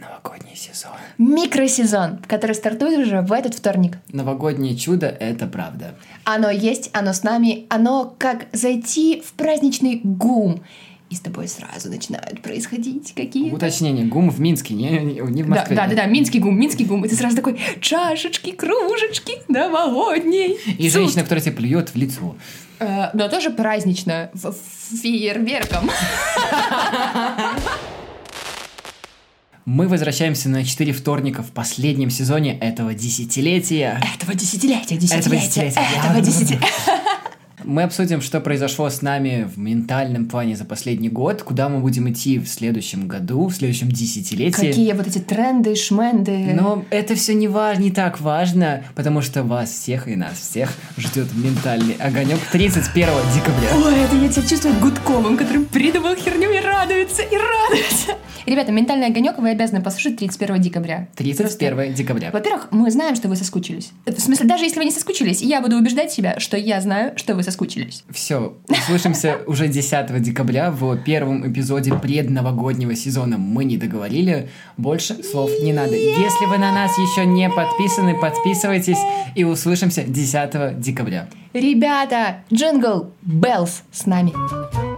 Предновогодний сезон. Микросезон, который стартует уже в этот вторник. Новогоднее чудо — это правда. Оно есть, оно с нами, оно как зайти в праздничный ГУМ. И с тобой сразу начинают происходить какие-то... Уточнение, ГУМ в Минске, не в Москве. Да, Минский ГУМ. И ты сразу такой, чашечки, кружечки, новогодние. И женщина, которая тебе плюет в лицо. Но тоже празднично, фейерверком. Мы возвращаемся на 4 вторника в последнем сезоне этого десятилетия. Этого десятилетия. Мы обсудим, что произошло с нами в ментальном плане за последний год, куда мы будем идти в следующем году, в следующем десятилетии. Какие вот эти тренды, шменды. Но это все не так важно, потому что вас всех и нас всех ждет ментальный огонек 31 декабря. Ой, это я тебя чувствую Гудковым, который придумал херню и радуется. Ребята, ментальный огонек вы обязаны послушать 31 декабря. 31 декабря. Во-первых, мы знаем, что вы соскучились. В смысле, даже если вы не соскучились, я буду убеждать себя, что я знаю, что вы соскучились. Все, услышимся уже 10 декабря в первом эпизоде предновогоднего сезона. Мы не договорили, больше слов не надо. Если вы на нас еще не подписаны, подписывайтесь и услышимся 10 декабря. Ребята, джингл Bells с нами.